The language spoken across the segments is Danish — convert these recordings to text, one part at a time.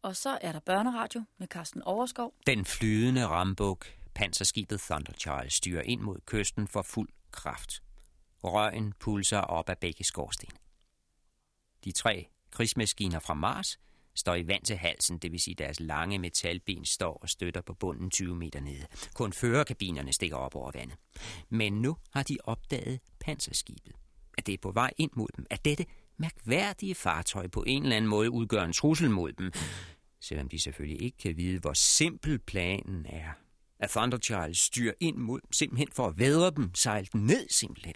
Og så er der børneradio med Carsten Overskov. Den flydende rambuk, panserskibet Thunderchild, styrer ind mod kysten for fuld kraft. Røgen pulser op af begge skorsten. De 3 krigsmaskiner fra Mars står i vand til halsen, det vil sige deres lange metalben står og støtter på bunden 20 meter nede. Kun førerkabinerne stikker op over vandet. Men nu har de opdaget panserskibet. At det er på vej ind mod dem. At dette mærkværdige fartøj på en eller anden måde udgør en trussel mod dem. Selvom de selvfølgelig ikke kan vide, hvor simpel planen er. At Thunderchild styrer ind mod dem, simpelthen for at vædre dem, sejle dem ned simpelthen.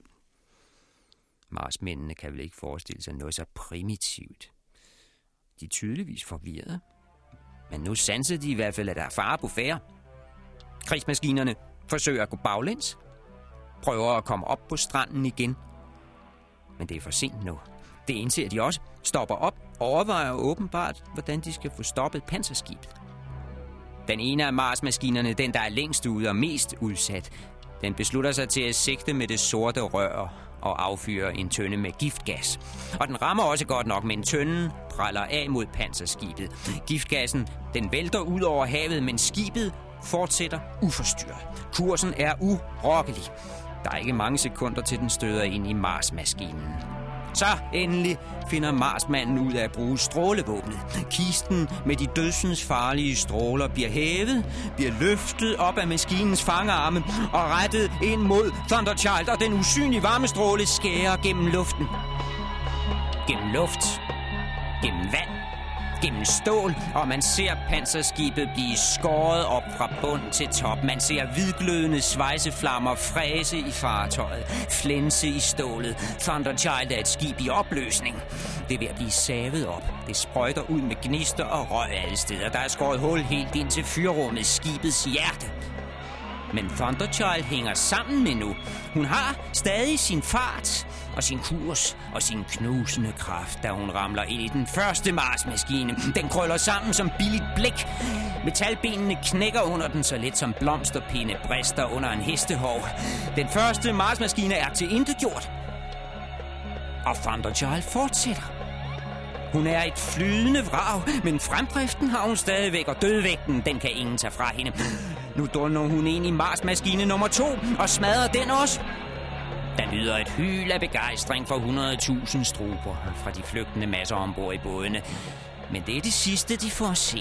Marsmændene kan vel ikke forestille sig noget så primitivt. De er tydeligvis forvirrede. Men nu sanser de i hvert fald, at der er fare på færde. Krigsmaskinerne forsøger at gå baglæns. Prøver at komme op på stranden igen. Men det er for sent nu. Det indser de også. Stopper op. Overvejer åbenbart, hvordan de skal få stoppet panserskibet. Den ene af Mars-maskinerne, den der er længst ude og mest udsat, den beslutter sig til at sigte med det sorte rør og affyrer en tønde med giftgas. Og den rammer også godt nok, men tønden praller af mod panserskibet. Giftgassen, den vælter ud over havet, men skibet fortsætter uforstyrret. Kursen er urokkelig. Der er ikke mange sekunder til den støder ind i Mars-maskinen. Så endelig finder Marsmanden ud af at bruge strålevåbnet. Kisten med de dødsensfarlige stråler bliver hævet, bliver løftet op af maskinens fangerarme og rettet ind mod Thunderchild, og den usynlige varmestråle skærer gennem luften. Gennem luft, gennem vand, gennem stål, og man ser panserskibet blive skåret op fra bund til top. Man ser hvidglødende svejseflammer fræse i fartøjet, flænse i stålet. Thunderchild er et skib i opløsning. Det er ved at blive savet op. Det sprøjter ud med gnister og røg alle steder. Der er skåret hul helt ind til fyrrummet, skibets hjerte. Men Thunderchild hænger sammen med nu. Hun har stadig sin fart og sin kurs og sin knusende kraft, da hun ramler ind i den første Mars-maskine. Den krøller sammen som billigt blik. Metalbenene knækker under den, så let som blomsterpinde brister under en hestehov. Den første Mars-maskine er tilintetgjort. Og Thunderchild fortsætter. Hun er et flydende vrag, men fremdriften har hun stadigvæk, og dødvægten, den kan ingen tage fra hende. Nu dunder hun ind i Mars-maskine nummer 2 og smadrer den også. Der lyder et hyl af begejstring for 100.000 struber fra de flygtende masser ombord i bådene. Men det er det sidste, de får at se.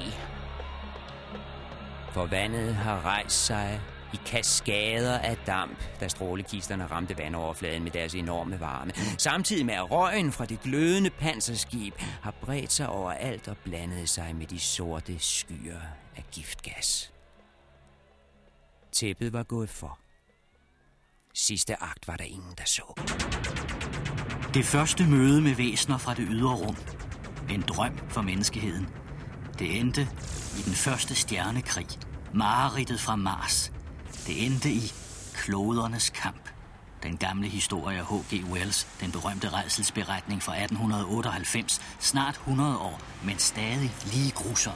For vandet har rejst sig i kaskader af damp, da strålekisterne ramte vandoverfladen med deres enorme varme. Samtidig med at røgen fra det glødende panserskib har bredt sig overalt og blandet sig med de sorte skyer af giftgas. Tæppet var gået for. Sidste akt var der ingen, der så. Det første møde med væsener fra det ydre rum. En drøm for menneskeheden. Det endte i den første stjernekrig. Mareridtet fra Mars. Det endte i klodernes kamp. Den gamle historie af H.G. Wells, den berømte rædselsberetning fra 1898. Snart 100 år, men stadig lige grusom.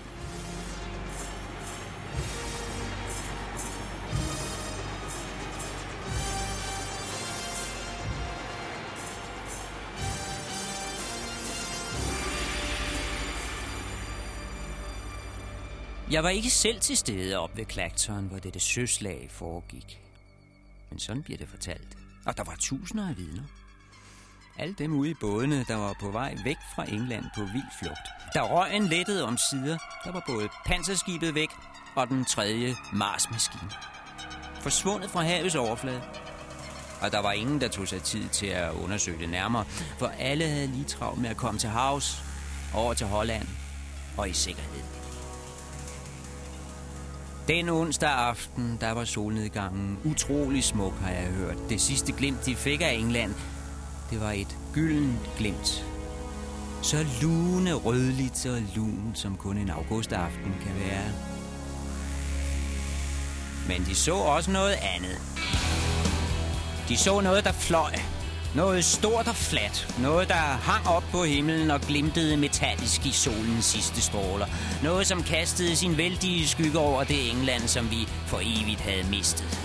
Jeg var ikke selv til stede op ved Clacton, hvor dette søslag foregik. Men sådan bliver det fortalt. Og der var tusinder af vidner. Alle dem ude i bådene, der var på vej væk fra England på vild flugt. Da røgen lettede om sider, der var både panserskibet væk og den 3. Mars-maskine. Forsvundet fra havets overflade. Og der var ingen, der tog sig tid til at undersøge det nærmere, for alle havde lige travlt med at komme til havs, over til Holland og i sikkerhed. Den onsdag aften, der var solnedgangen utrolig smuk, har jeg hørt. Det sidste glimt, de fik af England, det var et gyldent glimt. Så lune rødligt og lunt, som kun en augustaften kan være. Men de så også noget andet. De så noget, der fløj. Noget stort og fladt. Noget, der hang op på himlen og glimtede metallisk i solens sidste stråler. Noget, som kastede sin vældige skygge over det England, som vi for evigt havde mistet.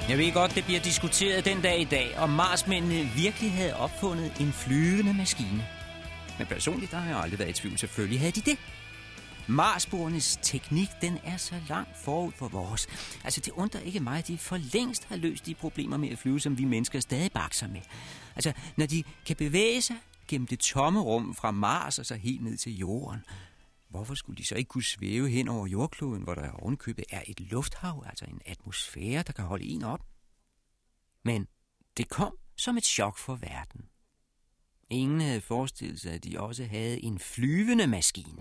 Jeg ved godt, det bliver diskuteret den dag i dag, om marsmændene virkelig havde opfundet en flyvende maskine. Men personligt, der har jeg aldrig været i tvivl. Selvfølgelig havde de det. Marsboernes teknik, den er så langt forud for vores. Altså, det undrer ikke mig, at de for længst har løst de problemer med at flyve, som vi mennesker stadig bakser med. Altså, når de kan bevæge sig gennem det tomme rum fra Mars og så helt ned til jorden, hvorfor skulle de så ikke kunne svæve hen over jordkloden, hvor der ovenkøbet er et lufthav, altså en atmosfære, der kan holde en op? Men det kom som et chok for verden. Ingen havde forestillet sig, at de også havde en flyvende maskine.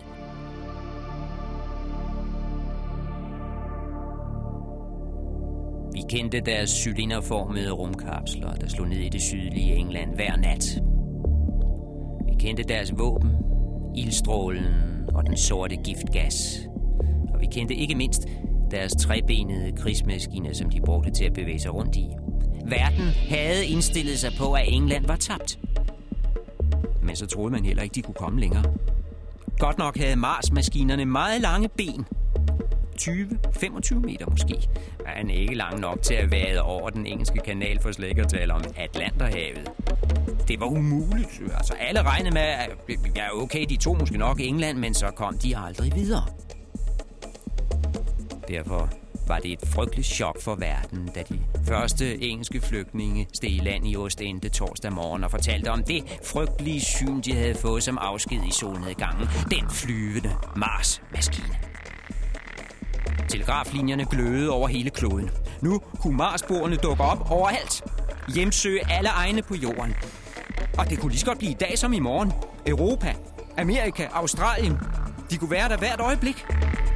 Vi kendte deres cylinderformede rumkapsler, der slog ned i det sydlige England hver nat. Vi kendte deres våben, ildstrålen og den sorte giftgas. Og vi kendte ikke mindst deres trebenede krigsmaskiner, som de brugte til at bevæge sig rundt i. Verden havde indstillet sig på, at England var tabt. Men så troede man heller ikke, de kunne komme længere. Godt nok havde Mars-maskinerne meget lange ben. 20-25 meter måske. Men ikke lang nok til at vade over den engelske kanal, for slet ikke at tale om Atlanterhavet. Det var umuligt. Altså, alle regnede med, at ja, okay, de tog måske nok England, men så kom de aldrig videre. Derfor var det et frygteligt chok for verden, da de første engelske flygtninge steg i land i Ostende torsdag morgen og fortalte om det frygtelige syn, de havde fået som afsked i solnedgangen. Den flyvende Mars-maskine. Telegraflinjerne glødede over hele kloden. Nu kunne Marsboerne dukke op overalt. Hjemsøge alle egne på jorden. Og det kunne lige så godt blive i dag som i morgen. Europa, Amerika, Australien. De kunne være der hvert øjeblik.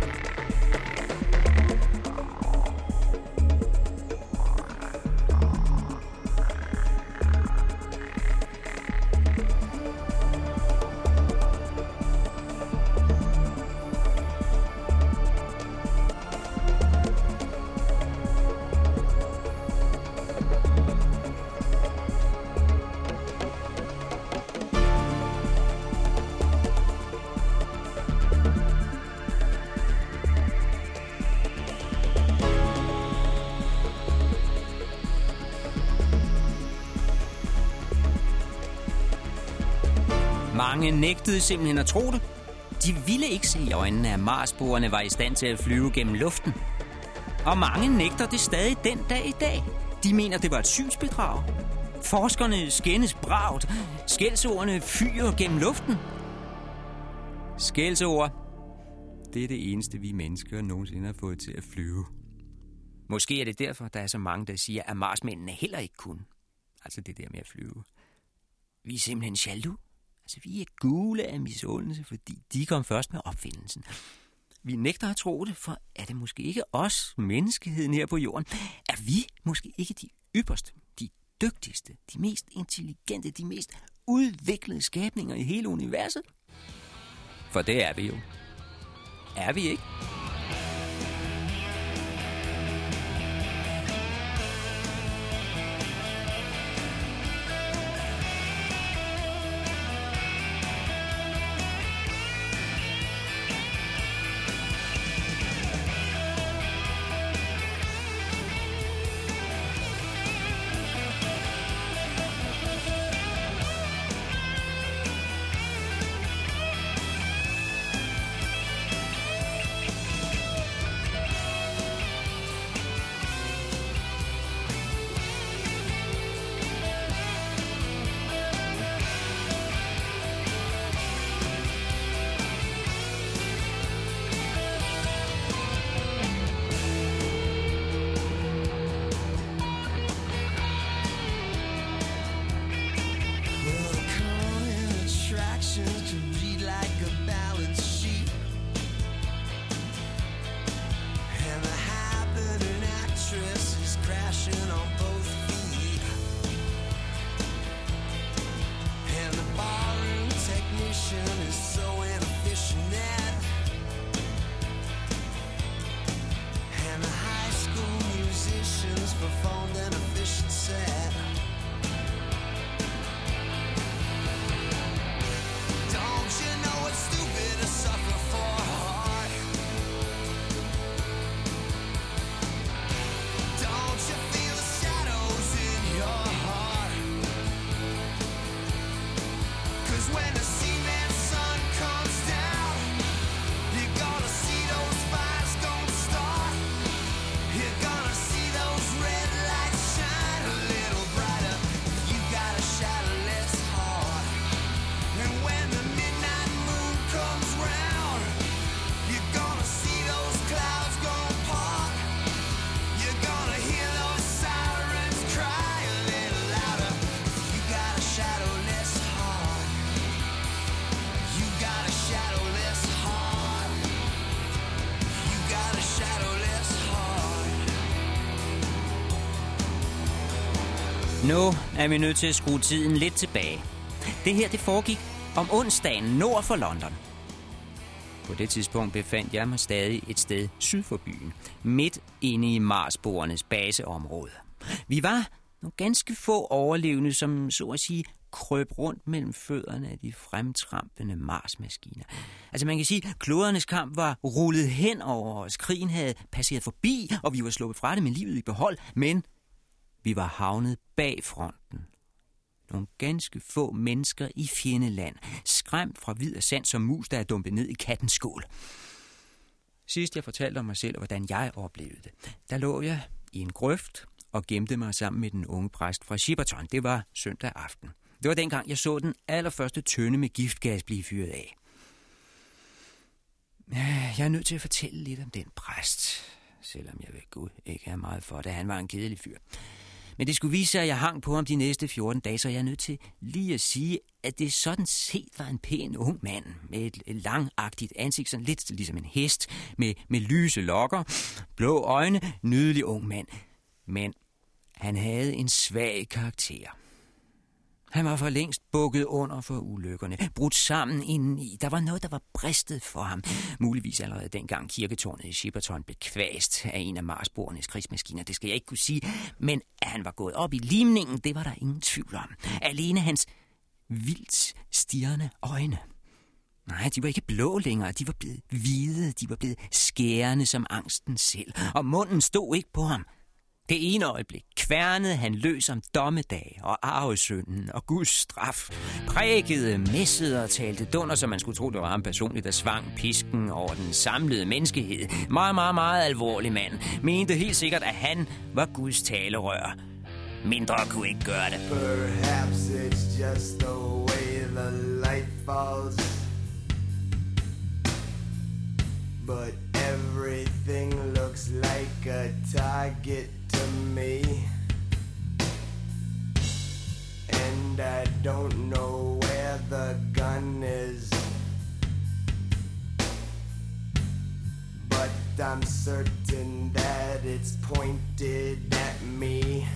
Mange nægtede simpelthen at tro det. De ville ikke se i øjnene, at Marsboerne var i stand til at flyve gennem luften. Og mange nægter det stadig den dag i dag. De mener, det var et synsbedrag. Forskerne skændes bragt. Skældsordene fyrer gennem luften. Skældsord. Det er det eneste, vi mennesker nogensinde har fået til at flyve. Måske er det derfor, der er så mange, der siger, at marsmændene heller ikke kunne. Altså det der med at flyve. Vi er simpelthen jaloux. Altså, vi er gule af misundelse, fordi de kom først med opfindelsen. Vi nægter at tro det, for er det måske ikke os, menneskeheden her på jorden? Er vi måske ikke de ypperste, de dygtigste, de mest intelligente, de mest udviklede skabninger i hele universet? For det er vi jo. Er vi ikke? Don't you feel Nu er vi nødt til at skrue tiden lidt tilbage. Det her, det foregik om onsdagen nord for London. På det tidspunkt befandt jeg mig stadig et sted syd for byen, midt inde i Marsboernes baseområde. Vi var nogle ganske få overlevende, som så at sige krøb rundt mellem fødderne af de fremtrampende Mars-maskiner. Altså man kan sige, at klodernes kamp var rullet hen over os. Krigen havde passeret forbi, og vi var sluppet fra det med livet i behold, men vi var havnet bag fronten. Nogle ganske få mennesker i fjendeland, skræmt fra vid og sand som mus, der er dumpet ned i kattens skål. Sidst jeg fortalte om mig selv, hvordan jeg oplevede det, der lå jeg i en grøft og gemte mig sammen med den unge præst fra Shepperton. Det var søndag aften. Det var dengang, jeg så den allerførste tønde med giftgas blive fyret af. Jeg er nødt til at fortælle lidt om den præst, selvom jeg ved Gud ikke er meget for det. Han var en kedelig fyr. Men det skulle vise sig, at jeg hang på ham de næste 14 dage, så jeg er nødt til lige at sige, at det sådan set var en pæn ung mand med et langagtigt ansigt, sådan lidt ligesom en hest, med lyse lokker, blå øjne, nydelig ung mand. Men han havde en svag karakter. Han var for længst bukket under for ulykkerne, brudt sammen indeni. Der var noget, der var bristet for ham. Muligvis allerede dengang kirketårnet i Shepperton blev kvæst af en af Marsboernes krigsmaskiner. Det skal jeg ikke kunne sige. Men at han var gået op i limningen, det var der ingen tvivl om. Alene hans vildt stirrende øjne. Nej, de var ikke blå længere. De var blevet hvide. De var blevet skærende som angsten selv. Og munden stod ikke på ham. Det ene øjeblik kværnede han løs om dommedag og arvesynden og Guds straf. Prækede, messede og talte dunder, så man skulle tro, det var ham personligt, der svang pisken over den samlede menneskehed. Meget, meget, meget alvorlig mand. Mente helt sikkert, at han var Guds talerør. Mindre kunne ikke gøre det. Perhaps it's just the way the light falls. But everything looks like a target to me. And I don't know where the gun is. But I'm certain that it's pointed at me.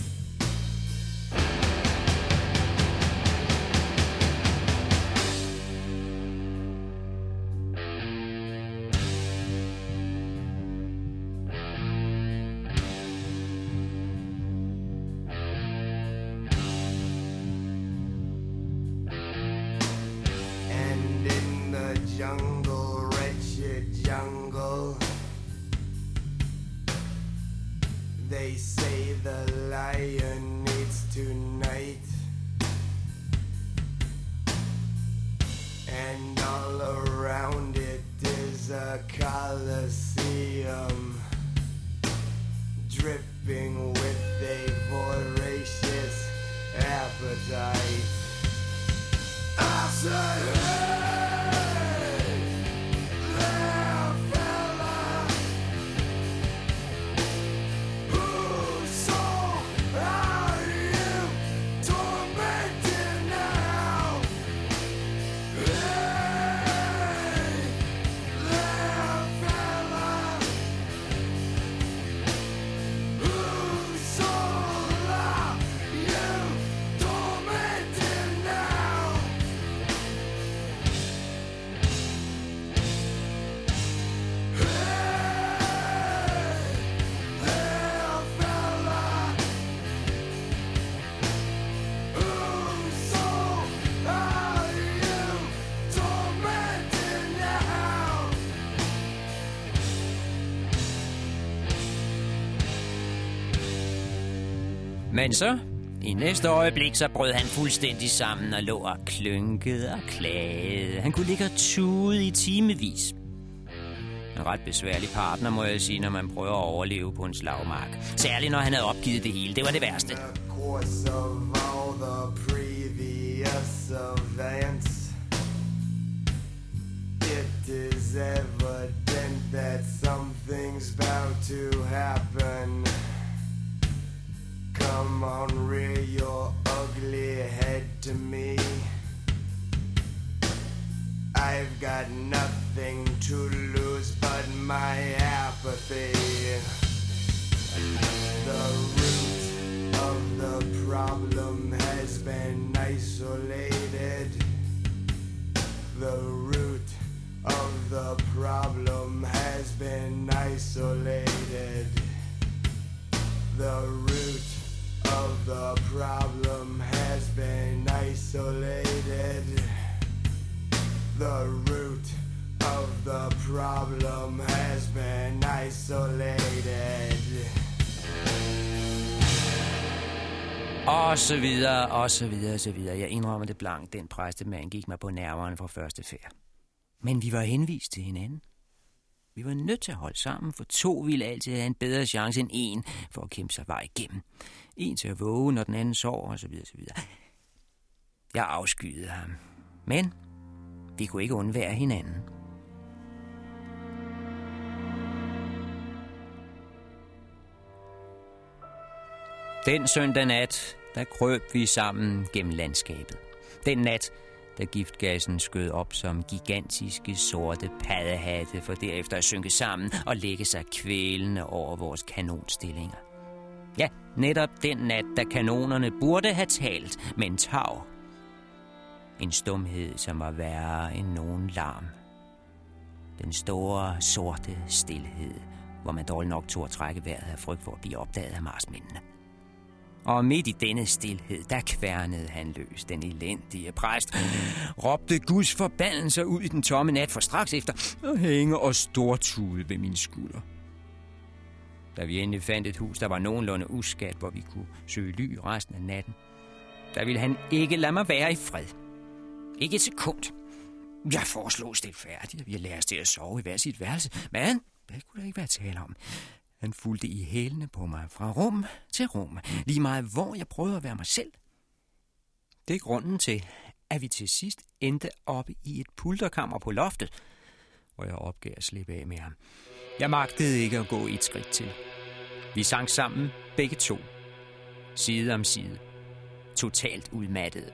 Jungle, wretched jungle. They say the lion eats tonight, and all around it is a coliseum, dripping with a voracious appetite. I said, hey! Men så, i næste øjeblik, så brød han fuldstændig sammen og lå og klynkede og klagede. Han kunne ligge og tude i timevis. En ret besværlig partner, må jeg sige, når man prøver at overleve på en slagmark. Særligt, når han havde opgivet det hele. Det var det værste. It is evident that something's about to happen. Come on, rear your ugly head to me. I've got nothing to lose but my apathy. The root of the problem isolated. The root of the problem has been isolated. The root of the problem has been isolated. The root of the problem has been isolated. Og så videre, og så videre, og så videre. Jeg indrømmer det blankt. Den præstemand gik mig på nerverne fra første færd. Men vi var henvist til hinanden. Vi var nødt til at holde sammen, for to ville altid have en bedre chance end en for at kæmpe sig vej igennem. En til at våge, når den anden sover, og så videre, og så videre. Jeg afskyede ham. Men vi kunne ikke undvære hinanden. Den søndag nat, der krøb vi sammen gennem landskabet. Den nat, da giftgassen skød op som gigantiske sorte paddehatte, for derefter at synke sammen og lægge sig kvælende over vores kanonstillinger. Ja, netop den nat, da kanonerne burde have talt, men tav. En stumhed, som var værre end nogen larm. Den store, sorte stilhed, hvor man dårligt nok tog at trække vejret af frygt for at blive opdaget af marsmændene. Og midt i denne stilhed, der kværnede han løs, den elendige præst, råbte Guds forbandelser ud i den tomme nat for straks efter at hænge og stortude ved min skulder. Da vi endelig fandt et hus, der var nogenlunde uskat, hvor vi kunne søge ly resten af natten, der ville han ikke lade mig være i fred. Ikke et sekund. Jeg foreslog stilfærdigt, at vi lærte os til at sove i hver sit værelse, men det kunne der ikke være tale om. Han fulgte i hælene på mig fra rum til rum, lige meget hvor jeg prøvede at være mig selv. Det er grunden til, at vi til sidst endte oppe i et pulterkammer på loftet, hvor jeg opgav at slippe af med ham. Jeg magtede ikke at gå et skridt til. Vi sang sammen, begge to, side om side, totalt udmattede.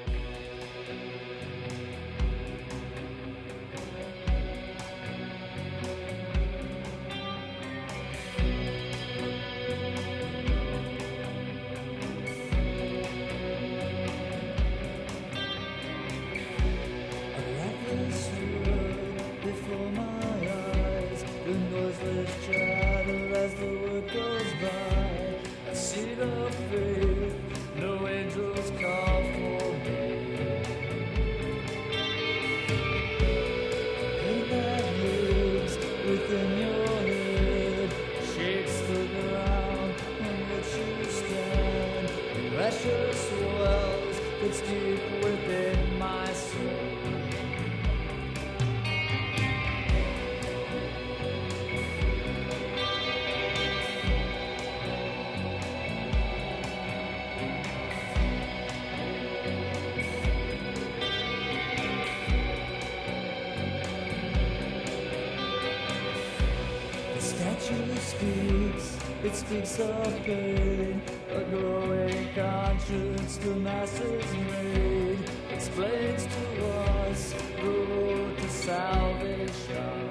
It speaks of pain, a growing conscience the masses made. Explains to us the road to salvation.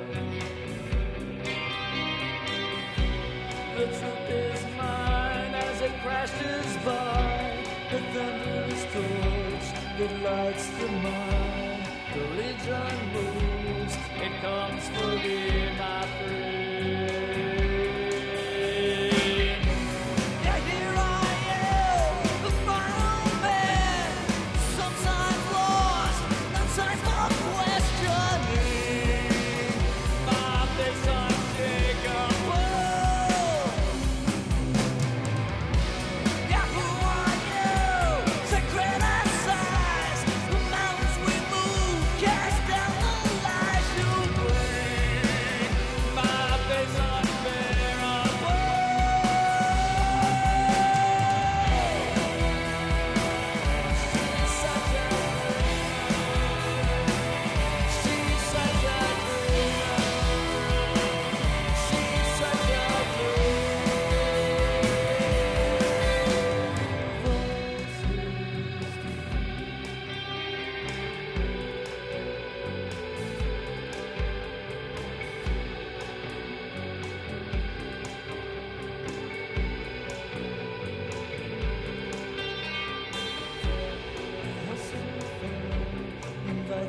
The truth is mine as it crashes by. The thunderous torch that lights the mind. The legion moves, it comes for thee, my friend.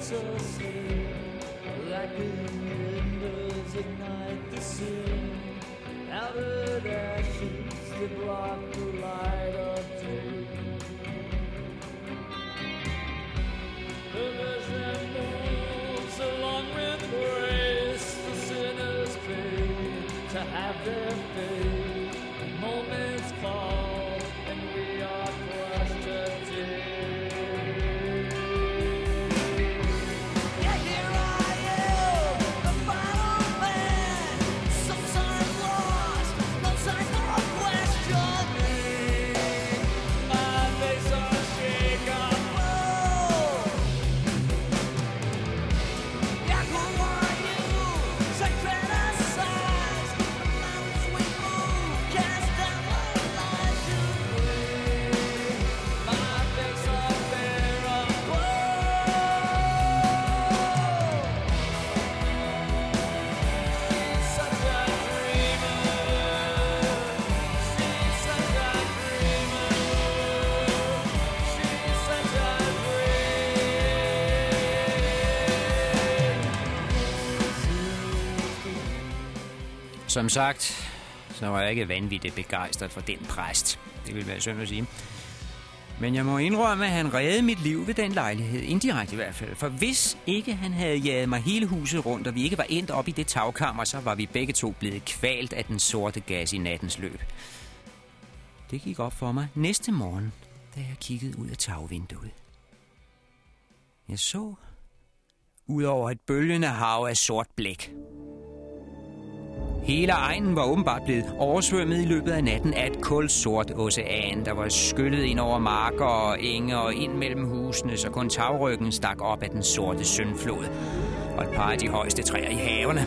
lights are seen, lacking embers ignite the scene. Powdered ashes that block the light of day. The vision moves along with grace. The sinners pay to have their faith. Moments fall and we are crushed today. Som sagt, så var jeg ikke vanvittigt begejstret for den præst. Det vil være synd at sige. Men jeg må indrømme, at han reddede mit liv ved den lejlighed. Indirekte i hvert fald. For hvis ikke han havde jaget mig hele huset rundt, og vi ikke var endt op i det tagkammer, så var vi begge to blevet kvalt af den sorte gas i nattens løb. Det gik op for mig næste morgen, da jeg kiggede ud af tagvinduet. Jeg så ud over et bølgende hav af sort blæk. Hele egnen var åbenbart blevet oversvømmet i løbet af natten af et kulsort ocean, der var skyllet ind over marker og enge og ind mellem husene, så kun tagryggen stak op af den sorte syndflod og et par af de højeste træer i havene.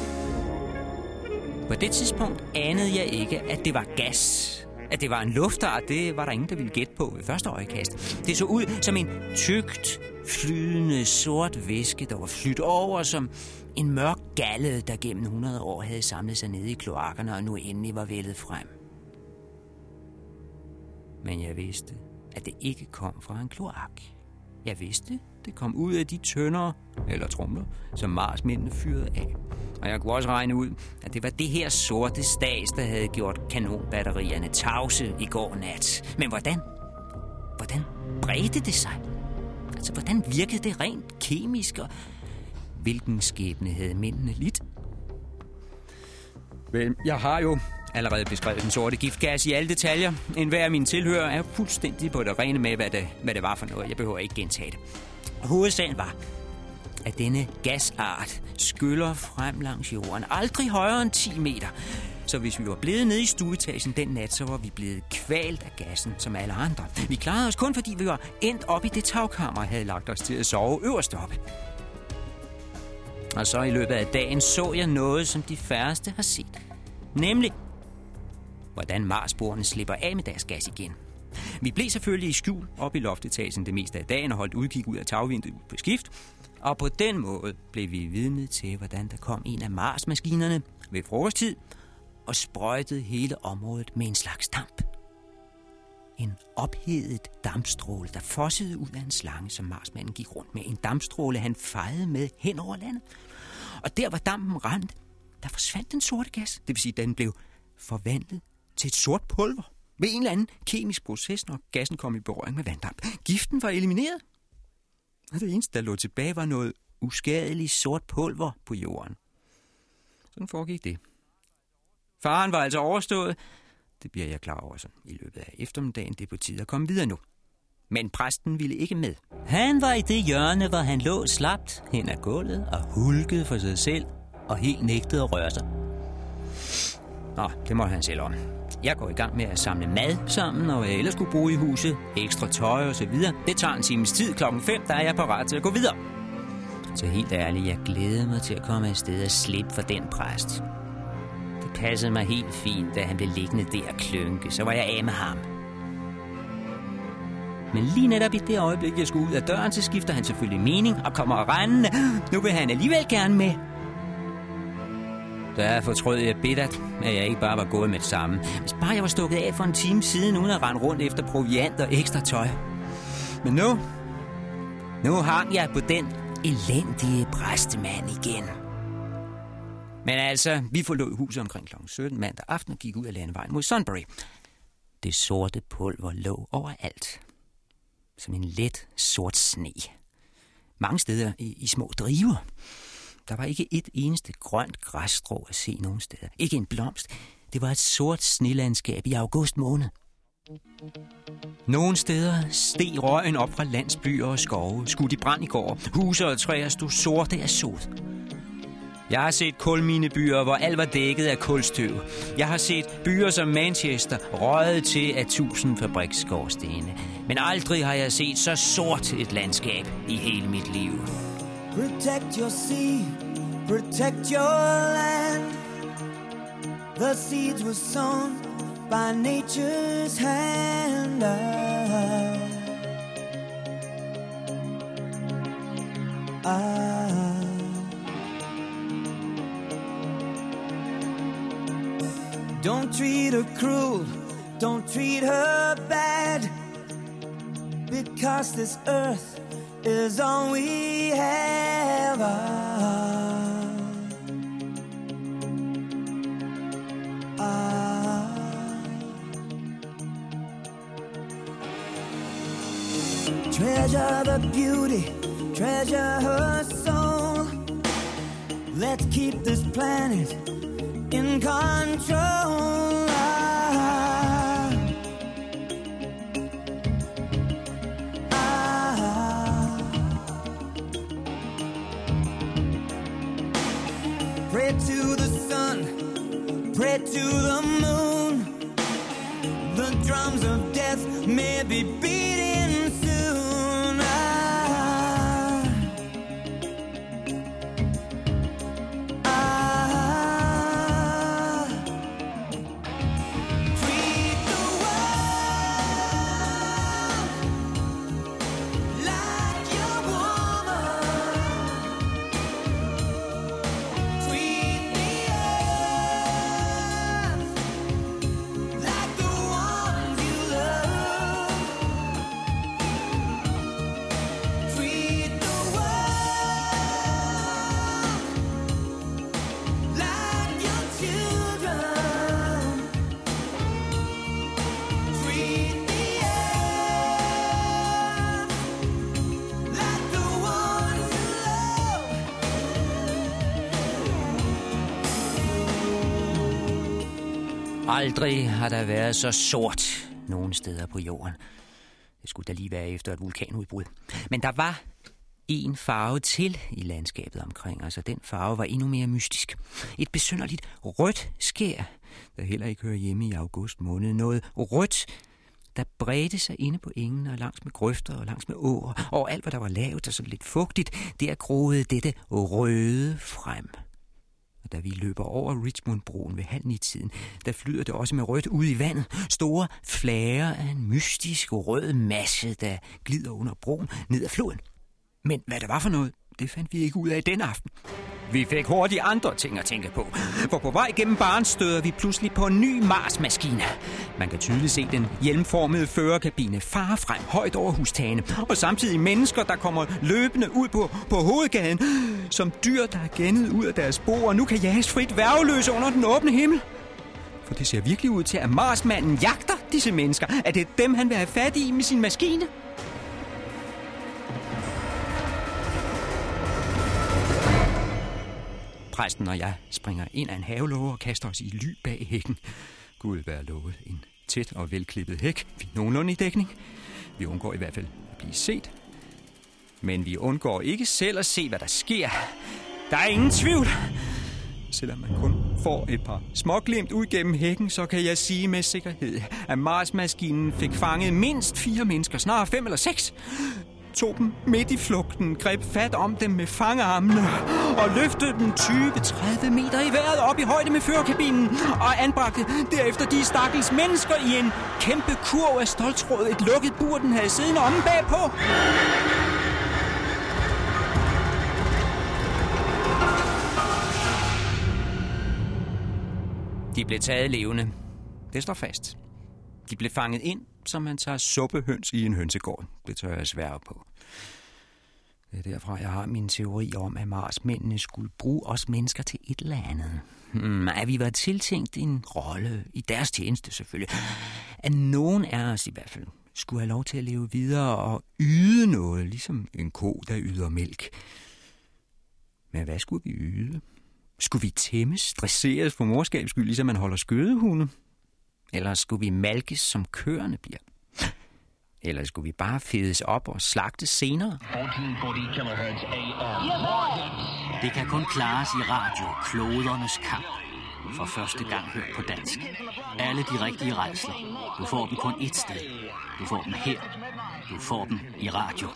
På det tidspunkt anede jeg ikke, at det var gas. At det var en luftart, det var der ingen, der ville gætte på ved første øjekast. Det så ud som en tykt, flydende sort væske, der var flydt over som en mørk galle, der gennem 100 år havde samlet sig nede i kloakkerne og nu endelig var vældet frem. Men jeg vidste, at det ikke kom fra en kloak. Jeg vidste, det kom ud af de tønder eller tromler, som Marsmændene fyrede af. Og jeg kunne også regne ud, at det var det her sorte stads, der havde gjort kanonbatterierne tavse i går nat. Men hvordan? Hvordan bredte det sig? Altså, hvordan virkede det rent kemisk, og hvilken skæbne havde mændene lidt? Vel, jeg har jo allerede beskrevet den sorte giftgas i alle detaljer. Enhver af mine tilhører er fuldstændig på det rene med, hvad det var for noget. Jeg behøver ikke gentage det. Hovedsagen var, at denne gasart skyller frem langs jorden. Aldrig højere end 10 meter. Så hvis vi var blevet nede i stueetagen den nat, så var vi blevet kvalt af gassen som alle andre. Vi klarede os kun, fordi vi var endt op i det tagkammer og havde lagt os til at sove øverst oppe. Og så i løbet af dagen så jeg noget, som de færreste har set. Nemlig, hvordan Marsboerne slipper af med deres gas igen. Vi blev selvfølgelig i skjul op i loftetagen det meste af dagen og holdt udkig ud af tagvinduet på skift. Og på den måde blev vi vidne til, hvordan der kom en af Mars-maskinerne ved frokosttid og sprøjtede hele området med en slags damp. En ophedet dampstråle, der fossede ud af en slange, som Marsmanden gik rundt med. En dampstråle, han fejede med hen over landet. Og der, hvor dampen rent, der forsvandt den sorte gas. Det vil sige, at den blev forvandlet til et sort pulver ved en eller anden kemisk proces, når gassen kom i berøring med vanddamp. Giften var elimineret. Og det eneste, der lå tilbage, var noget uskadeligt sort pulver på jorden. Sådan foregik det. Faren var altså overstået. Det bliver jeg klar over så i løbet af eftermiddagen. Det er på tide at komme videre nu. Men præsten ville ikke med. Han var i det hjørne, hvor han lå slapt hen ad gulvet og hulkede for sig selv og helt nægtede at røre sig. Nå, det måtte han selv om. Jeg går i gang med at samle mad sammen, og hvad jeg ellers skulle bruge i huset, ekstra tøj og så videre. Det tager en times tid. 5:00, der er jeg parat til at gå videre. Så helt ærligt, jeg glæder mig til at komme afsted og slippe for den præst. Det passede mig helt fint, da han blev liggende der og klønke. Så var jeg af med ham. Men lige netop i det øjeblik, jeg skulle ud af døren, så skifter han selvfølgelig mening og kommer rendende. Nu vil han alligevel gerne med. Der fortrød jeg bittert, at jeg ikke bare var gået med det samme. Hvis bare jeg var stukket af for en time siden, uden at rende rundt efter proviant og ekstra tøj. Men nu hang jeg på den elendige præstemand igen. Men altså, vi forlod huset omkring kl. 17 mandag aften og gik ud af landevejen mod Sunbury. Det sorte pulver lå overalt. Som en let sort sne. Mange steder i små driver. Der var ikke et eneste grønt græsstrå at se nogen steder. Ikke en blomst. Det var et sort snelandskab i august måned. Nogle steder steg røgen op fra landsbyer og skove, skudt i brand i går. Huse og træer stod sorte af sod. Jeg har set kulminebyer, hvor alt var dækket af kulstøv. Jeg har set byer som Manchester røget til af 1000 fabriksskorstene. Men aldrig har jeg set så sort et landskab i hele mit liv. Protect your sea, protect your land. The seeds were sown by nature's hand. Don't treat her cruel, don't treat her bad, because this earth is all we have. Treasure the beauty, treasure her soul. Let's keep this planet in control. Pray to the sun, pray to the moon. The drums of death may be beating soon. Treat the world like your woman. Treat the earth like the ones you love. Treat the world like your children. Treat the earth like the ones you love. Aldrig har der været så sort nogen steder på jorden. Det skulle da lige være efter et vulkanudbrud. Men der var en farve til i landskabet omkring os, og den farve var endnu mere mystisk. Et besynderligt rødt skær, der heller ikke hører hjemme i august måned. Noget rødt, der bredte sig inde på engen og langs med grøfter og langs med åer. Og alt, hvad der var lavt og sådan lidt fugtigt, der groede dette røde frem. Og da vi løber over Richmond-broen ved 8:30, der flyder det også med rødt ud i vandet. Store flager af en mystisk rød masse, der glider under broen ned ad floden. Men hvad det var for noget, det fandt vi ikke ud af den aften. Vi fik hurtigt andre ting at tænke på. For på vej gennem baren støder vi pludselig på en ny Mars-maskine. Man kan tydeligt se den hjelmformede førerkabine fare frem højt over hustagene. Og samtidig mennesker, der kommer løbende ud på hovedgaden. Som dyr, der er gennet ud af deres bo og nu kan jages frit værgeløse under den åbne himmel. For det ser virkelig ud til, at Marsmanden jagter disse mennesker. Er det dem, han vil have fat i med sin maskine? Præsten og jeg springer ind af en havelåge og kaster os i ly bag hækken. Gud være lovet en tæt og velklippet hæk. Vi er nogenlunde i dækning. Vi undgår i hvert fald at blive set. Men vi undgår ikke selv at se, hvad der sker. Der er ingen tvivl. Selvom man kun får et par småglimt ud gennem hækken, så kan jeg sige med sikkerhed, at Mars-maskinen fik fanget mindst 4 mennesker, snarere 5 eller 6. Tog dem midt i flugten, greb fat om dem med fangearmene og løftede dem 20-30 meter i vejret op i højde med førerkabinen og anbragte derefter de stakkels mennesker i en kæmpe kurv af ståltråd, et lukket bur, den havde siddende omme bagpå. De blev taget levende. Det står fast. De blev fanget ind, som man tager suppehøns i en hønsegård. Det tør jeg svære på. Det er derfra, jeg har min teori om, at Marsmændene skulle bruge os mennesker til et eller andet. At vi var tiltænkt en rolle, i deres tjeneste selvfølgelig. At nogen af os i hvert fald skulle have lov til at leve videre og yde noget, ligesom en ko, der yder mælk. Men hvad skulle vi yde? Skulle vi tæmmes, stresseres for morskabs skyld, ligesom man holder skødehunde? Eller skulle vi malkes, som køerne bliver? Eller skulle vi bare fedes op og slagtes senere? 1440 kHz AM. Det kan kun klares i radio, Klodernes Kamp. For første gang hørt på dansk. Alle de rigtige rædsler. Du får dem kun ét sted. Du får dem her. Du får dem i radio.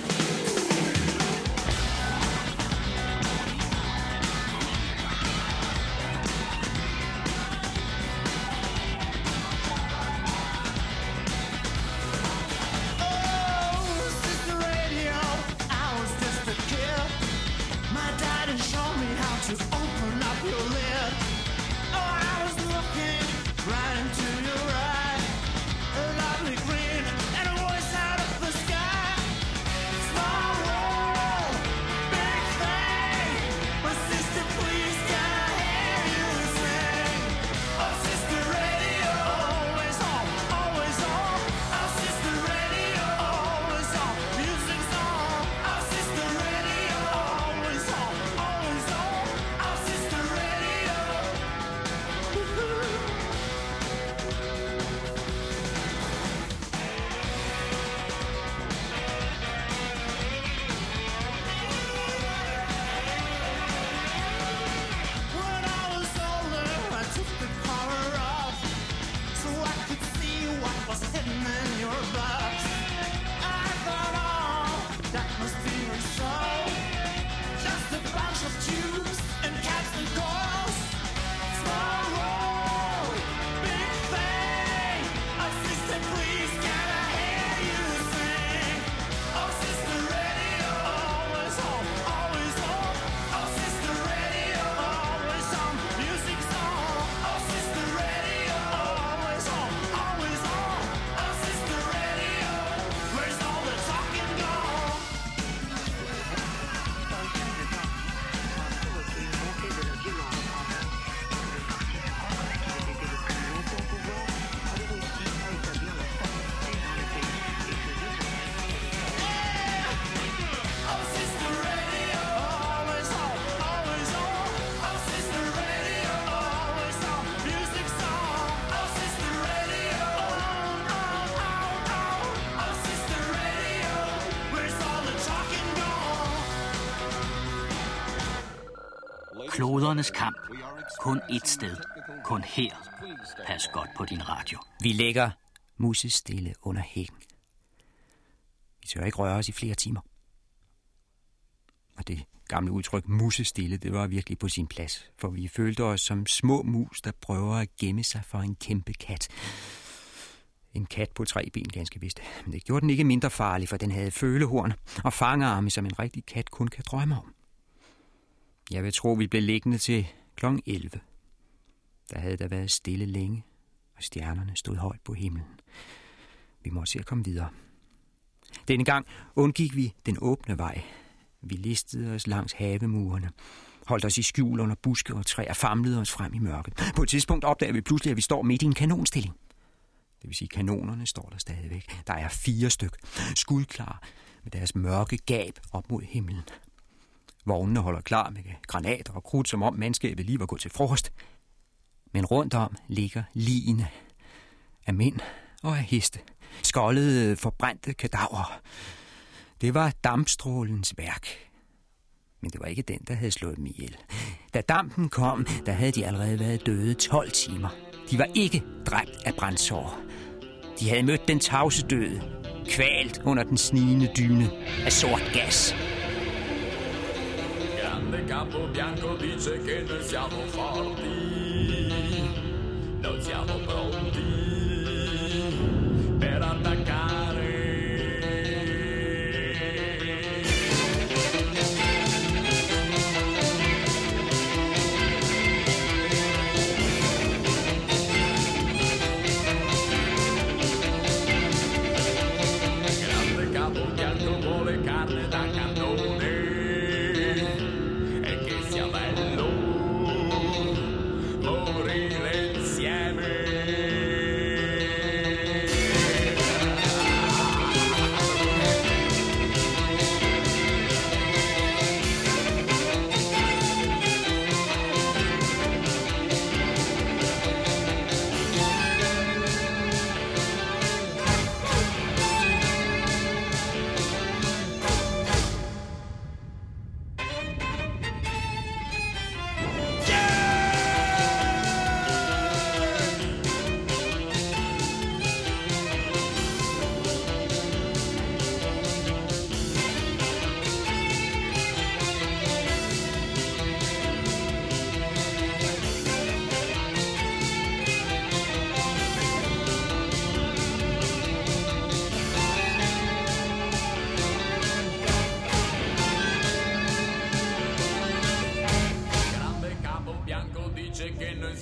Klodernes Kamp. Kun ét sted. Kun her. Pas godt på din radio. Vi lægger musestille under hækken. Vi tør ikke røre os i flere timer. Og det gamle udtryk musestille, det var virkelig på sin plads. For vi følte os som små mus, der prøver at gemme sig for en kæmpe kat. En kat på 3 ben, ganske vist. Men det gjorde den ikke mindre farlig, for den havde følehorn og fangerarme, som en rigtig kat kun kan drømme om. Jeg vil tro, vi blev liggende til kl. 11. Der havde der været stille længe, og stjernerne stod højt på himlen. Vi måtte se at komme videre. Denne gang undgik vi den åbne vej. Vi listede os langs havemurene, holdt os i skjul under buske og træer, famlede os frem i mørket. På et tidspunkt opdager vi pludselig, at vi står midt i en kanonstilling. Det vil sige, kanonerne står der stadigvæk. Der er 4 styk, skudklar med deres mørke gab op mod himlen. Vognene holder klar med granater og krudt, som om mandskabet lige var gået til frokost. Men rundt om ligger ligene af mænd og af heste. Skoldede, forbrændte kadaver. Det var dampstrålens værk. Men det var ikke den, der havde slået dem ihjel. Da dampen kom, der havde de allerede været døde 12 timer. De var ikke dræbt af brændsår. De havde mødt den tavse døde, kvalt under den snigende dyne af sort gas. Grande capo bianco dice che noi siamo forti, noi siamo pronti per attaccare. Grande capo bianco vuole carne da cannone.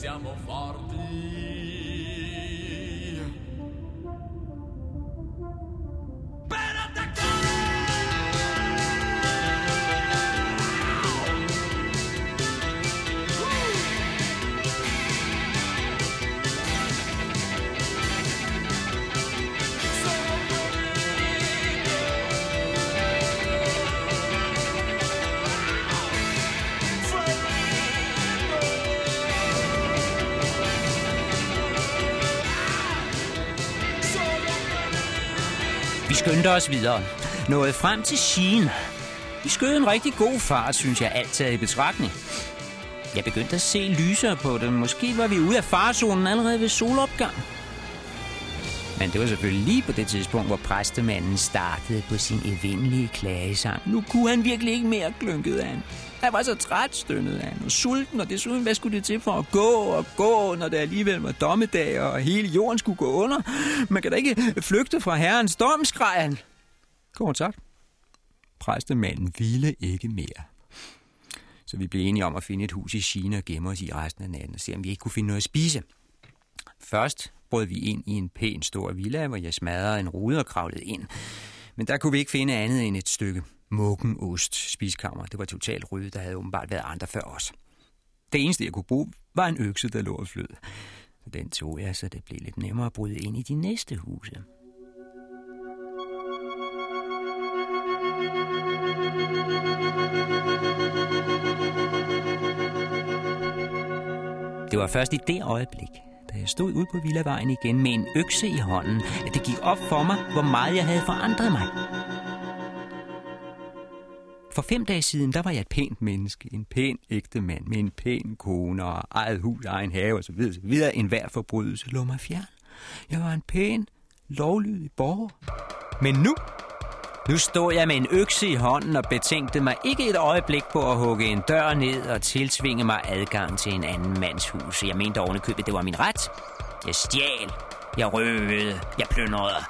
siamo forti. Per attaccare! Vi skyndte os videre. Nåede frem til Skien. Vi skød en rigtig god fart, synes jeg, alt taget i betragtning. Jeg begyndte at se lysere på det. Måske var vi ude af farezonen allerede ved solopgang. Men det var selvfølgelig lige på det tidspunkt, hvor præstemanden startede på sin evindelige klagesang. Nu kunne han virkelig ikke mere, klynkede han. Han var så træt, stønnede han, og sulten, og desuden, hvad skulle det til for at gå, når det alligevel var dommedag, og hele jorden skulle gå under? Man kan da ikke flygte fra herrens dom, skreg han. Kort sagt, præstemanden ville ikke mere. Så vi blev enige om at finde et hus i Skien og gemme os i resten af natten, og se om vi ikke kunne finde noget at spise. Først brød vi ind i en pæn stor villa, hvor jeg smadrede en rude og kravlede ind. Men der kunne vi ikke finde andet end et stykke muggenost spiskammer. Det var totalt ryddet, der havde åbenbart været andre før os. Det eneste, jeg kunne bruge, var en økse, der lå og flød. Så den tog jeg, så det blev lidt nemmere at bryde ind i de næste huse. Det var først i det øjeblik, da jeg stod ude på Villavejen igen med en økse i hånden, at det gik op for mig, hvor meget jeg havde forandret mig. For 5 dage siden, der var jeg et pænt menneske, en pæn ægte mand med en pæn kone og eget hus, egen have og så videre. En hver forbrydelse lå mig fjern. Jeg var en pæn, lovlydig borger. Men nu stod jeg med en økse i hånden og betænkte mig ikke et øjeblik på at hugge en dør ned og tiltvinge mig adgang til en anden mands hus. Jeg mente ovenikøbet, det var min ret. Jeg stjal, jeg røvede, jeg plyndrede.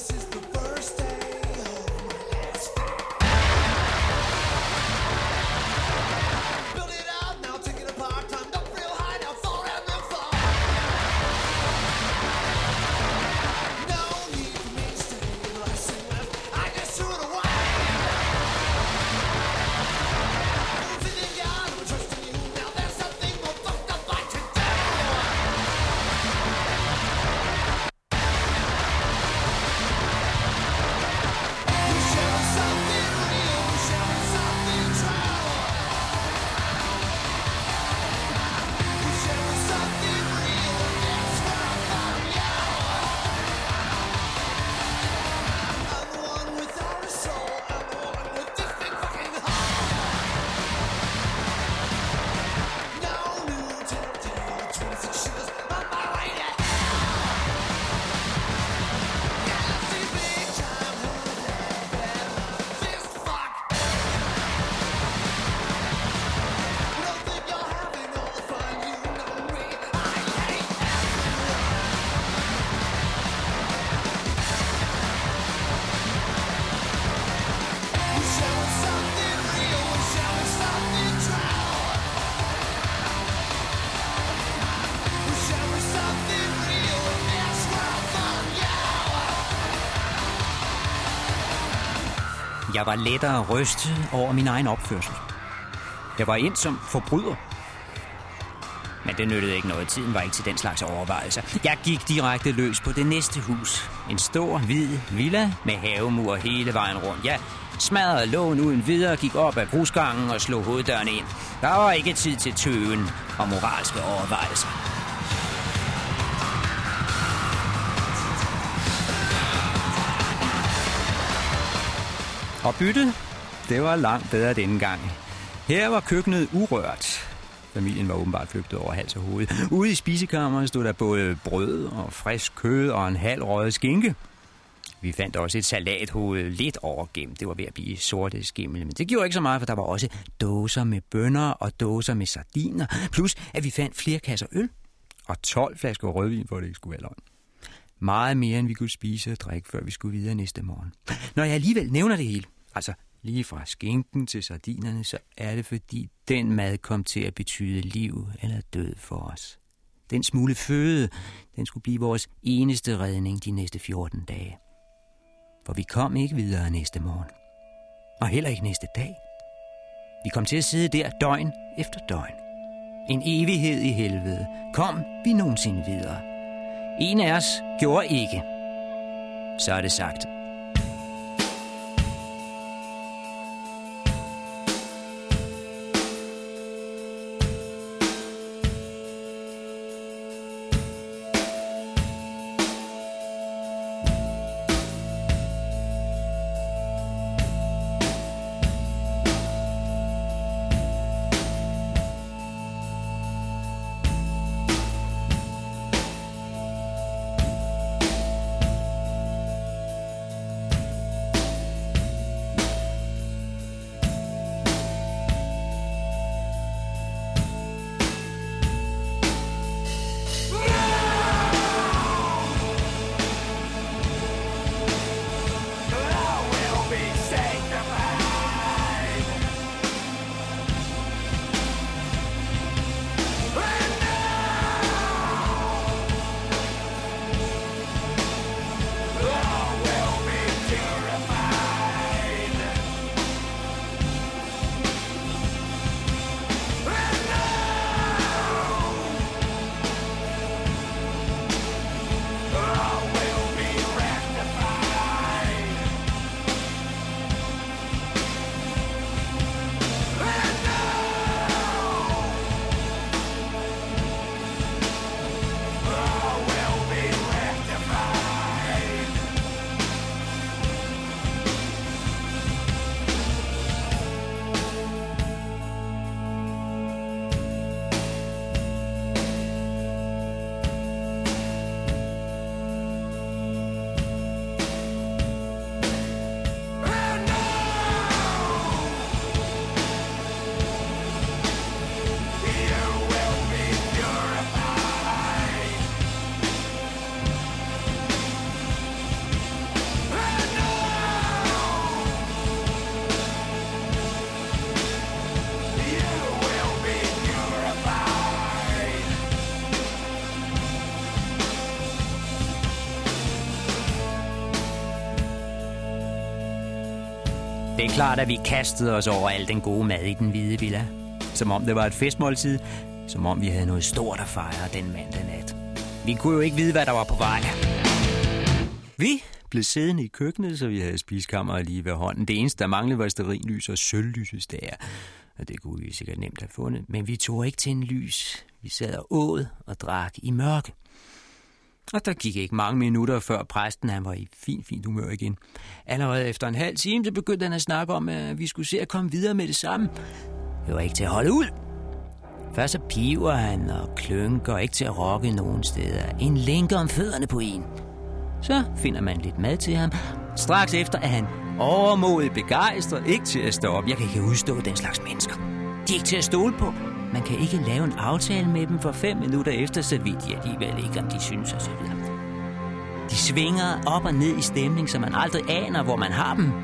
Jeg var lettere rystet over min egen opførsel. Jeg var ind som forbryder. Men det nyttede ikke noget. Tiden var ikke til den slags overvejelser. Jeg gik direkte løs på det næste hus. En stor, hvid villa med havemur hele vejen rundt. Jeg smadrede lågen uden videre, gik op ad grusgangen og slog hoveddøren ind. Der var ikke tid til tøven og moralske overvejelser. Og byttet, det var langt bedre denne gang. Her var køkkenet urørt. Familien var åbenbart flygtet over hals og hoved. Ude i spisekammeret stod der både brød og frisk kød og en halv røget skinke. Vi fandt også et salathoved lidt overgemt. Det var ved at blive sorte skimmel, men det gjorde ikke så meget, for der var også dåser med bønner og dåser med sardiner. Plus at vi fandt flere kasser øl og 12 flasker rødvin, for det ikke skulle være løgn. Meget mere, end vi kunne spise og drikke, før vi skulle videre næste morgen. Når jeg alligevel nævner det hele, altså lige fra skinken til sardinerne, så er det fordi den mad kom til at betyde liv eller død for os. Den smule føde, den skulle blive vores eneste redning de næste 14 dage. For vi kom ikke videre næste morgen. Og heller ikke næste dag. Vi kom til at sidde der døgn efter døgn. En evighed i helvede. Kom vi nogensinde videre? En af os gjorde ikke. Så er det sagt. Det er klart, at vi kastede os over al den gode mad i den hvide villa. Som om det var et festmåltid. Som om vi havde noget stort at fejre den mandag nat. Vi kunne jo ikke vide, hvad der var på vej. Vi blev siddende i køkkenet, så vi havde spiskammeret lige ved hånden. Det eneste, der manglede, var stearinlys og sølvlysestager. Og det kunne vi sikkert nemt have fundet. Men vi tog ikke til en lys. Vi sad og åd og drak i mørke. Og der gik ikke mange minutter, før præsten han var i fint humør igen. Allerede efter en halv time, så begyndte han at snakke om, at vi skulle se at komme videre med det samme. Det var ikke til at holde ud. Først så piver han og klynker, ikke til at rokke nogen steder. En lænke om fødderne på en. Så finder man lidt mad til ham. Straks efter er han overmodigt begejstret, ikke til at stå op. Jeg kan ikke udstå den slags mennesker. De er ikke til at stole på. Man kan ikke lave en aftale med dem for 5 minutter efter, så vidt de alligevel ikke, om de synes og så videre. De svinger op og ned i stemning, så man aldrig aner, hvor man har dem.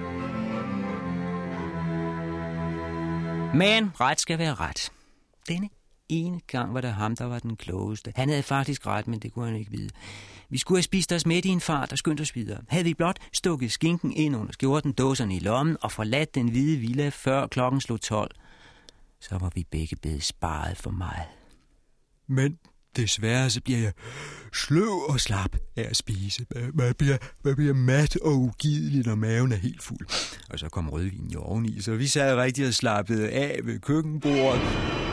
Men ret skal være ret. Denne ene gang var det ham, der var den klogeste. Han havde faktisk ret, men det kunne han ikke vide. Vi skulle have spist os midt i en fart og skyndt os videre. Havde vi blot stukket skinken ind under skjorten, dåserne i lommen og forladt den hvide villa, før klokken slog 12, så var vi begge blevet sparet for meget. Men desværre så bliver jeg sløv og slap af at spise. Man bliver mat og ugidelig, når maven er helt fuld. Og så kom rødvinen jo oveni, så vi sad rigtig og slappede af ved køkkenbordet.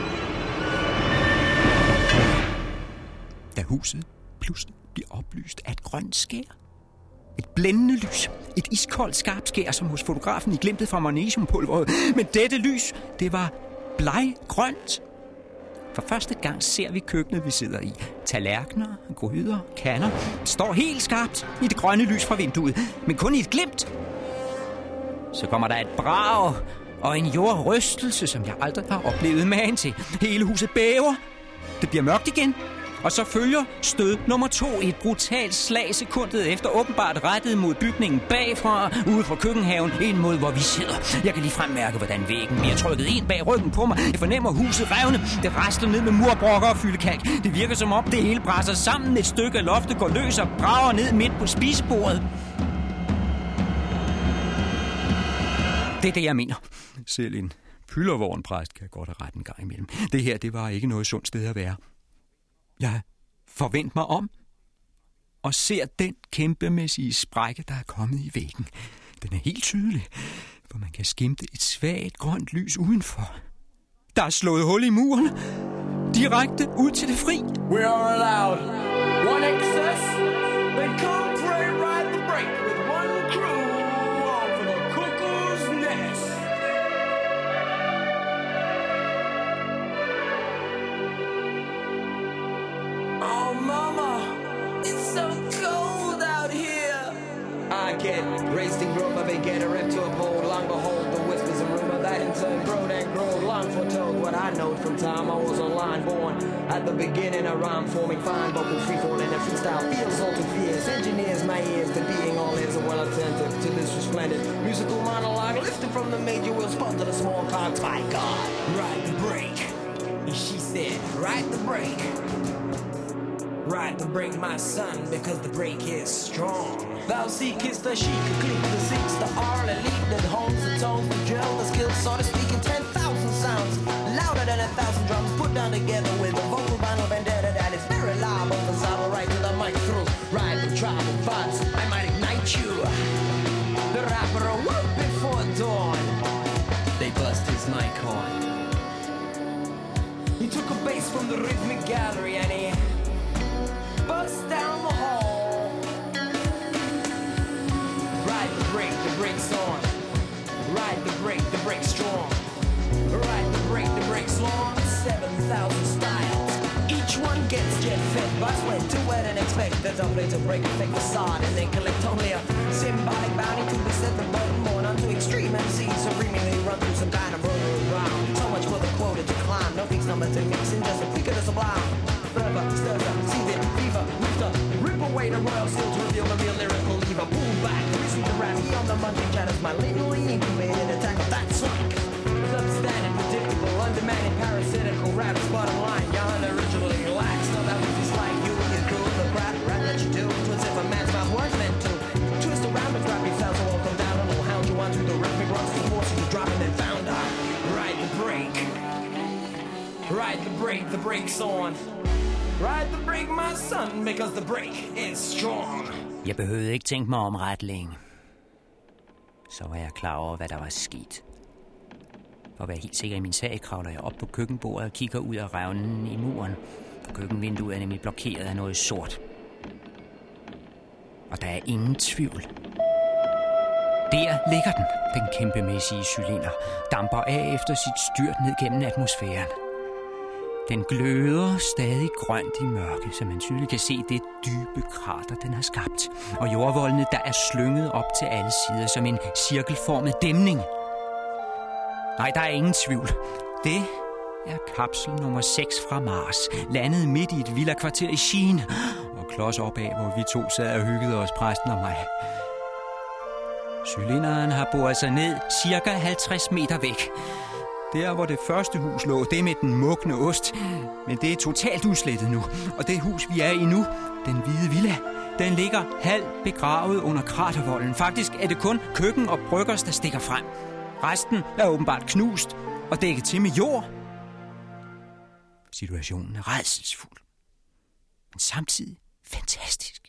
Da huset pludselig bliver oplyst af et grønt skær. Et blændende lys. Et iskoldt skarpt skær, som hos fotografen i glimtet fra magnesiumpulveret. Men dette lys, det var bleggrønt. For første gang ser vi køkkenet, vi sidder i. Tallerkener, gryder, kander står helt skarpt i det grønne lys fra vinduet, men kun i et glimt. Så kommer der et brag og en jordrystelse, som jeg aldrig har oplevet magen til. Hele huset bæver. Det bliver mørkt igen. Og så følger stød nummer 2, et brutalt slag sekundet efter, åbenbart rettet mod bygningen bagfra, ude fra køkkenhaven, ind mod hvor vi sidder. Jeg kan lige fremmærke, hvordan væggen bliver trykket ind bag ryggen på mig. Jeg fornemmer huset revne. Det rasler ned med murbrokker og fyldekalk. Det virker som om det hele brænder sammen. Et stykke af loftet går løs og brager ned midt på spisebordet. Det er det, jeg mener. Selv en pyldervognpræst kan godt have ret en gang imellem. Det her, det var ikke noget sundt sted at være. Jeg forventer mig om og ser den kæmpemæssige sprække, der er kommet i væggen. Den er helt tydelig, for man kan skimte et svagt grønt lys udenfor. Der er slået hul i muren, direkte ud til det fri. We are allowed one excess, then come pray ride the break with one crew on for the cuckoo's nest. Oh mama, it's so cold out here. I get raised and grow, but they get a rep to uphold. Long behold, the whispers and rumor that in turn growed and growed. Long foretold what I know from time I was online, born at the beginning. A rhyme forming fine, vocal free falling and freestyle feels all too fierce. Engineers my ears to being all ears and well attentive to this resplendent musical monologue lifted from the major wheel spot to the small cogs. By God, ride the break. And she said, ride the break. Ride the break, my son, because the break is strong. Thou seekest the chic, click the seeks, the R, the lead, that holds the tones, the drill, the skills, so to speak, in 10,000 sounds, louder than 1,000 drums, put down together with a vocal vinyl vendetta that is very liable, the saddle right to the mic through, ride the tribal buds, I might ignite you. The rapper awoke before dawn, they bust his mic on. He took a bass from the rhythmic gallery and he bust down the hall. Ride the break's on. Ride the break strong. Ride the break's long. 7,000 styles. Each one gets jet fed by sweat to wet and expect that I'll play to break affect facade and then collect only a symbolic bounty to be set the button born onto extreme MCs so seemingly run through some kind of road round. So much for the quota to climb. No fixed number to mix in, just a freak of the sublime. Forever, stirs up, seethe it, fever, lifter, rip away the royal seal to reveal the real lyrical lever. Pull back, listen to rap, he on the munching chatters, my literally incubated attack of that slack. Substandard, predictable, undemanding, parasitical raps, bottom line, y'all originally lax. No, that was just like you and your crew, the crap rap that you do, twist if a man's mouth was meant to. Twist around the trap, yourself, so welcome down, a little hound you on through the rhythmic rocks, the force you drop and then found out. Ride the break. Ride the break's on. Ride the break, my son, because the break is strong. Jeg behøvede ikke tænke mig om ret længe. Så var jeg klar over, hvad der var sket. For at være helt sikker i min sag, kravler jeg op på køkkenbordet og kigger ud af revnen i muren. For køkkenvinduet er nemlig blokeret af noget sort. Og der er ingen tvivl. Der ligger den kæmpemæssige cylinder, damper af efter sit styrt ned gennem atmosfæren. Den gløder stadig grønt i mørke, så man tydeligt kan se det dybe krater, den har skabt. Og jordvoldene, der er slynget op til alle sider som en cirkelformet dæmning. Nej, der er ingen tvivl. Det er kapsel nummer 6 fra Mars, landet midt i et villa-kvarter i Skien, og klods opad, hvor vi to sad og hyggede os, præsten og mig. Cylinderen har boret sig ned cirka 50 meter væk. Der, hvor det første hus lå, det med den mugne ost. Men det er totalt udslettet nu. Og det hus, vi er i nu, den hvide villa, den ligger halvt begravet under kratervolden. Faktisk er det kun køkken og bryggers, der stikker frem. Resten er åbenbart knust og dækket til med jord. Situationen er rædselsfuld, men samtidig fantastisk.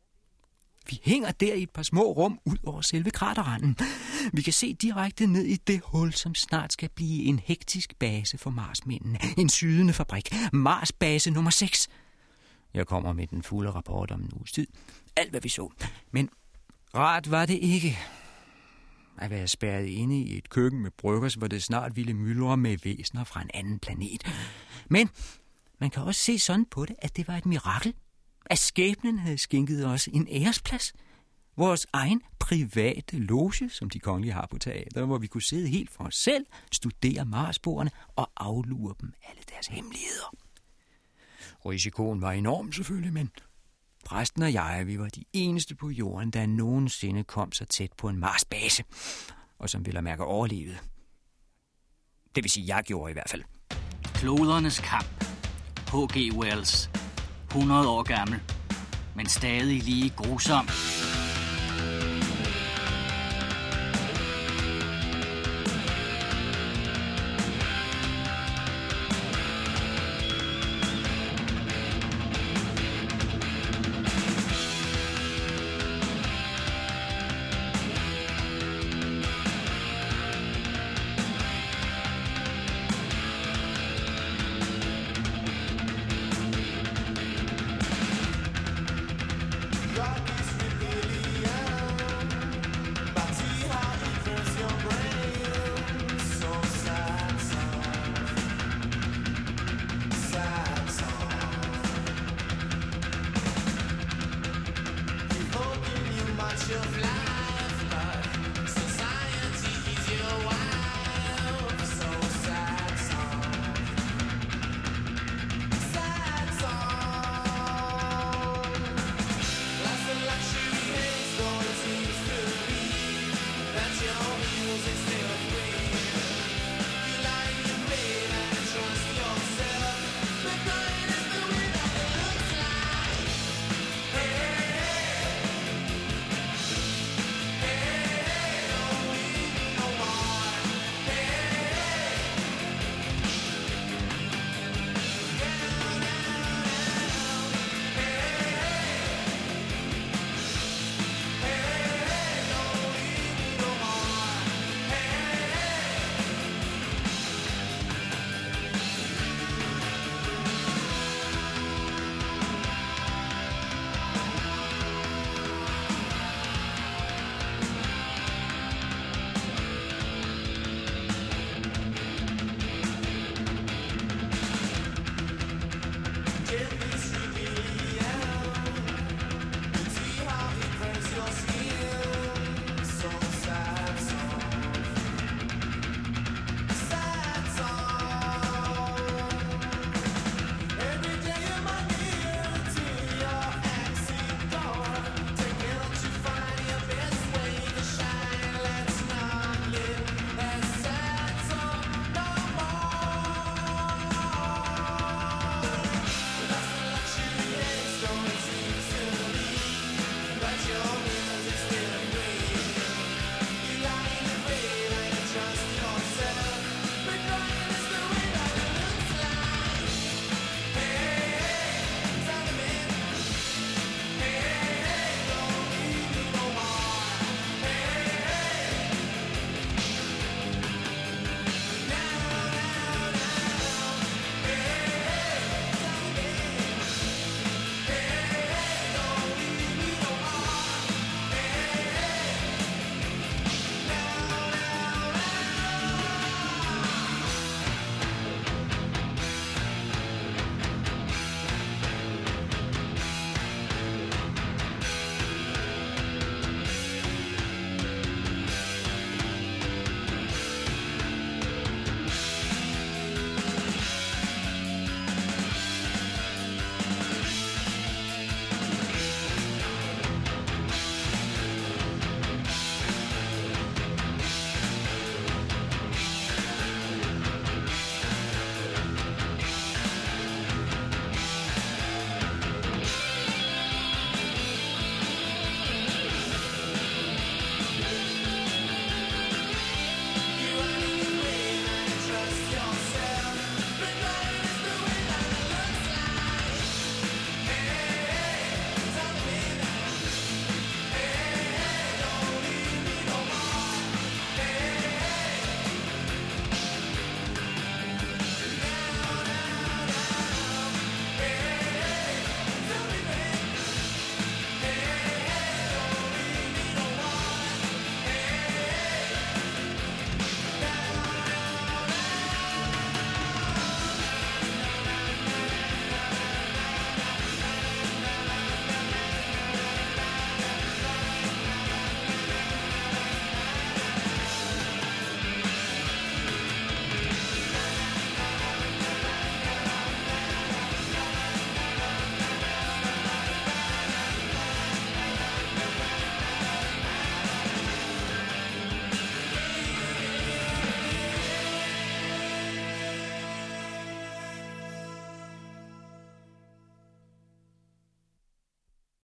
Vi hænger der i et par små rum ud over selve kraterranden. Vi kan se direkte ned i det hul, som snart skal blive en hektisk base for Marsmændene. En sydende fabrik. Mars base nummer 6. Jeg kommer med den fulde rapport om en uges tid. Alt, hvad vi så. Men rart var det ikke at være spærret inde i et køkken med bryggers, hvor det snart ville myldre med væsener fra en anden planet. Men man kan også se sådan på det, at det var et mirakel. At skæbnen havde skænket os en æresplads. Vores egen private loge, som de kongelige har på teater, hvor vi kunne sidde helt for os selv, studere Marsboerne og aflure dem alle deres hemmeligheder. Risikoen var enorm selvfølgelig, men præsten og jeg, vi var de eneste på jorden, der nogensinde kom så tæt på en Mars-base, og som ville mærke overlevede. Det vil sige, jeg gjorde i hvert fald. Klodernes kamp. H.G. Wells. 100 år gammel, men stadig lige grusom. Fly